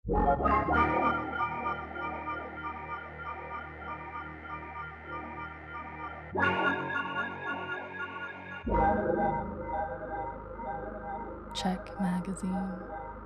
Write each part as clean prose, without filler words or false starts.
Check magazine.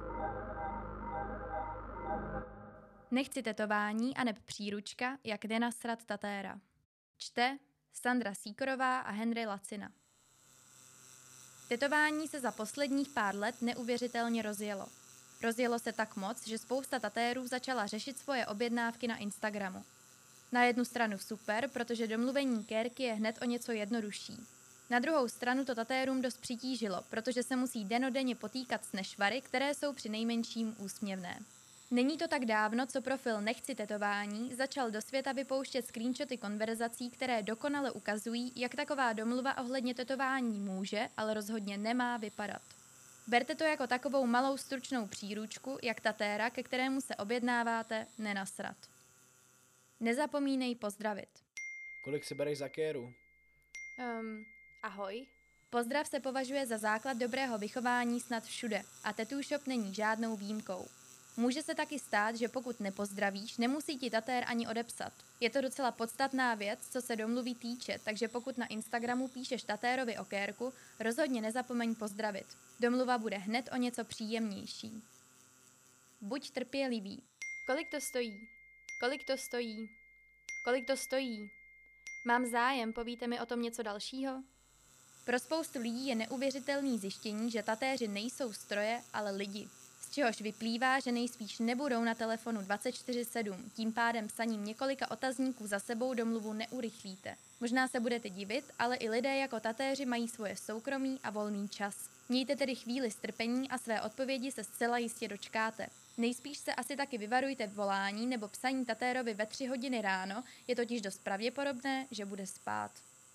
Nechci tetování aneb příručka, jak nenasrat tatéra. Čte Sandra Síkorová a Henry Lacina. Tetování se za posledních pár let neuvěřitelně rozjelo. Rozjelo se tak moc, že spousta tatérů začala řešit svoje objednávky na Instagramu. Na jednu stranu super, protože domluvení kérky je hned o něco jednodušší. Na druhou stranu to tatérům dost přitížilo, protože se musí dennodenně potýkat s nešvary, které jsou při nejmenším úsměvné. Není to tak dávno, co profil Nechci tetování začal do světa vypouštět screenshoty konverzací, které dokonale ukazují, jak taková domluva ohledně tetování může, ale rozhodně nemá vypadat. Berte to jako takovou malou stručnou příručku, jak tatéra, ke kterému se objednáváte, nenasrat. Nezapomínej pozdravit. Kolik si bereš za kéru? Ahoj. Pozdrav se považuje za základ dobrého vychování snad všude a tattoo shop není žádnou výjimkou. Může se taky stát, že pokud nepozdravíš, nemusí ti tatér ani odepsat. Je to docela podstatná věc, co se domluví týče, takže pokud na Instagramu píšeš tatérovi o kérku, rozhodně nezapomeň pozdravit. Domluva bude hned o něco příjemnější. Buď trpělivý. Kolik to stojí? Kolik to stojí? Kolik to stojí? Mám zájem, povíte mi o tom něco dalšího? Pro spoustu lidí je neuvěřitelný zjištění, že tatéři nejsou stroje, ale lidi. Z čehož vyplývá, že nejspíš nebudou na telefonu 24/7, tím pádem psaním několika otazníků za sebou domluvu neurychlíte. Možná se budete divit, ale i lidé jako tatéři mají svoje soukromí a volný čas. Mějte tedy chvíli strpení a své odpovědi se zcela jistě dočkáte. Nejspíš se asi taky vyvarujte volání nebo psaní tatérovi ve 3 hodiny ráno, je totiž dost pravděpodobné, že bude spát.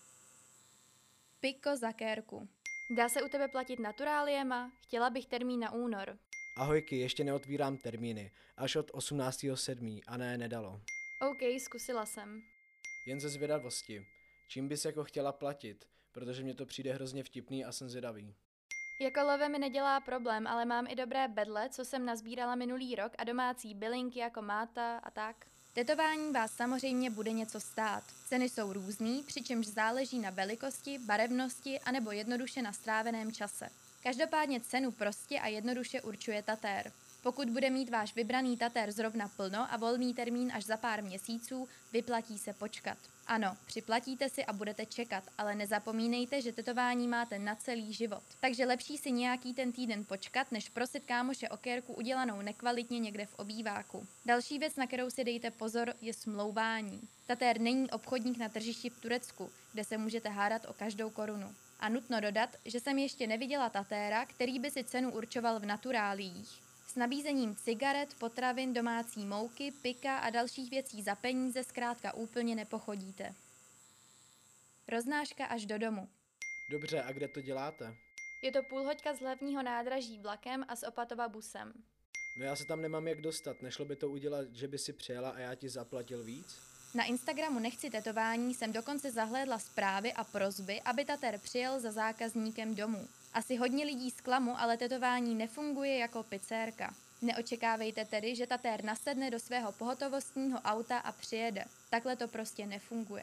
Piko za kérku. Dá se u tebe platit naturáliema? Chtěla bych termín na únor. Ahojky, ještě neotvírám termíny. Až od 18.7. a ne, nedalo. OK, zkusila jsem. Jen ze zvědavosti. Čím bys jako chtěla platit? Protože mně to přijde hrozně vtipný a jsem zvědavý. Jako love mi nedělá problém, ale mám i dobré bedle, co jsem nazbírala minulý rok a domácí bylinky jako máta a tak. Tetování vás samozřejmě bude něco stát. Ceny jsou různý, přičemž záleží na velikosti, barevnosti anebo jednoduše na stráveném čase. Každopádně cenu prostě a jednoduše určuje tatér. Pokud bude mít váš vybraný tatér zrovna plno a volný termín až za pár měsíců, vyplatí se počkat. Ano, připlatíte si a budete čekat, ale nezapomínejte, že tetování máte na celý život. Takže lepší si nějaký ten týden počkat, než prosit kámoše o kérku udělanou nekvalitně někde v obýváku. Další věc, na kterou si dejte pozor, je smlouvání. Tatér není obchodník na tržišti v Turecku, kde se můžete hádat o každou korunu. A nutno dodat, že jsem ještě neviděla tatéra, který by si cenu určoval v naturáliích. S nabízením cigaret, potravin, domácí mouky, pika a dalších věcí za peníze zkrátka úplně nepochodíte. Roznáška až do domu. Dobře, a kde to děláte? Je to půlhoďka z hlavního nádraží vlakem a z Opatova busem. No já se tam nemám jak dostat, nešlo by to udělat, že by si přijela a já ti zaplatil víc? Na Instagramu Nechci tetování jsem dokonce zahlédla zprávy a prosby, aby tatér přijel za zákazníkem domů. Asi hodně lidí zklamu, ale tetování nefunguje jako pizzérka. Neočekávejte tedy, že tatér nasedne do svého pohotovostního auta a přijede. Takhle to prostě nefunguje.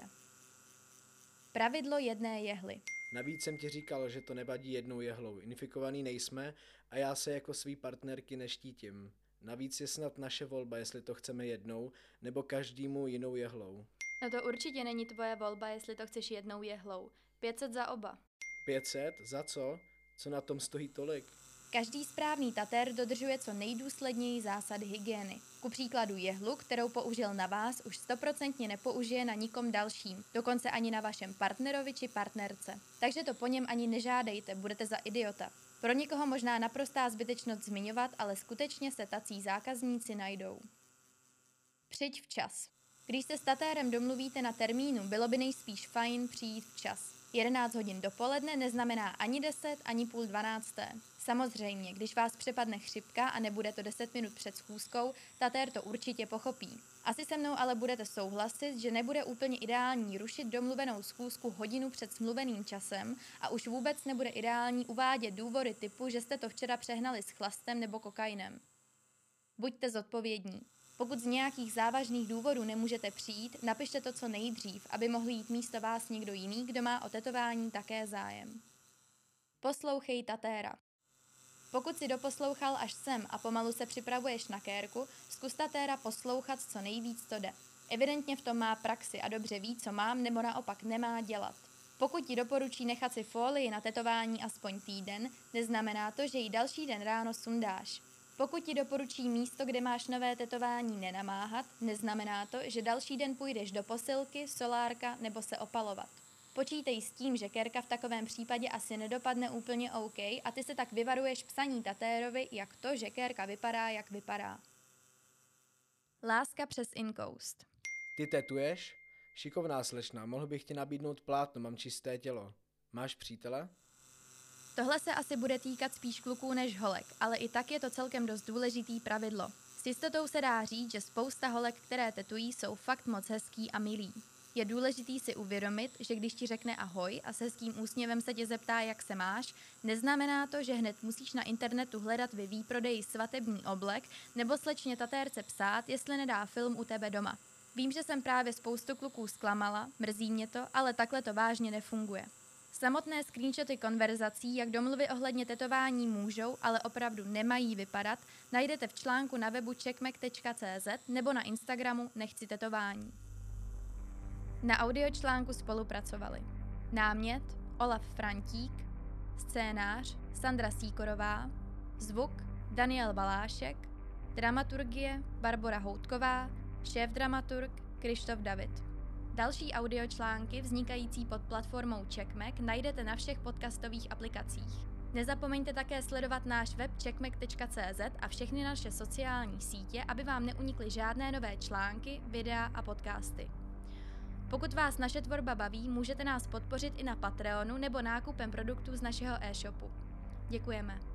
Pravidlo jedné jehly. Navíc jsem ti říkal, že to nevadí jednou jehlou. Infikovaný nejsme a já se jako svý partnerky neštítím. Navíc je snad naše volba, jestli to chceme jednou, nebo každému jinou jehlou. No to určitě není tvoje volba, jestli to chceš jednou jehlou. 500 za oba. 500? Za co? Co na tom stojí tolik? Každý správný tatér dodržuje co nejdůsledněji zásady hygieny. Ku příkladu jehlu, kterou použil na vás, už 100% nepoužije na nikom dalším, dokonce ani na vašem partnerovi či partnerce. Takže to po něm ani nežádejte, budete za idiota. Pro někoho možná naprostá zbytečnost zmiňovat, ale skutečně se tací zákazníci najdou. Přijď včas. Když se s tatérem domluvíte na termínu, bylo by nejspíš fajn přijít včas. 11 hodin dopoledne neznamená ani 10, ani 11:30. Samozřejmě, když vás přepadne chřipka a nebude to 10 minut před schůzkou, tatér to určitě pochopí. Asi se mnou ale budete souhlasit, že nebude úplně ideální rušit domluvenou schůzku hodinu před smluveným časem a už vůbec nebude ideální uvádět důvody typu, že jste to včera přehnali s chlastem nebo kokainem. Buďte zodpovědní. Pokud z nějakých závažných důvodů nemůžete přijít, napište to co nejdřív, aby mohl jít místo vás někdo jiný, kdo má o tetování také zájem. Poslouchej tatéra. Pokud si doposlouchal až sem a pomalu se připravuješ na kérku, zkus tatéra poslouchat co nejvíc to jde. Evidentně v tom má praxi a dobře ví, co mám nebo naopak nemá dělat. Pokud ti doporučí nechat si folii na tetování aspoň týden, neznamená to, že ji další den ráno sundáš. Pokud ti doporučí místo, kde máš nové tetování nenamáhat, neznamená to, že další den půjdeš do posilky, solárka nebo se opalovat. Počítej s tím, že kérka v takovém případě asi nedopadne úplně OK a ty se tak vyvaruješ psaní tatérovi, jak to, že kérka vypadá, jak vypadá. Láska přes inkoust. Ty tetuješ? Šikovná slečna, mohl bych ti nabídnout plátno, mám čisté tělo. Máš přítele? Tohle se asi bude týkat spíš kluků než holek, ale i tak je to celkem dost důležitý pravidlo. S jistotou se dá říct, že spousta holek, které tetují, jsou fakt moc hezký a milý. Je důležitý si uvědomit, že když ti řekne ahoj a s hezkým úsměvem se tě zeptá, jak se máš, neznamená to, že hned musíš na internetu hledat ve výprodeji svatební oblek nebo slečně tatérce psát, jestli nedá film u tebe doma. Vím, že jsem právě spoustu kluků zklamala, mrzí mě to, ale takhle to vážně nefunguje. Samotné screenshoty konverzací, jak domluvy ohledně tetování můžou, ale opravdu nemají vypadat, najdete v článku na webu checkmack.cz nebo na Instagramu Nechci tetování. Na audiočlánku spolupracovali námět Olaf Frantík, scénář Sandra Síkorová, zvuk Daniel Valášek, dramaturgie Barbora Houtková, šéfdramaturg Krištof David. Další audiočlánky vznikající pod platformou Checkmack najdete na všech podcastových aplikacích. Nezapomeňte také sledovat náš web checkmack.cz a všechny naše sociální sítě, aby vám neunikly žádné nové články, videa a podcasty. Pokud vás naše tvorba baví, můžete nás podpořit i na Patreonu nebo nákupem produktů z našeho e-shopu. Děkujeme.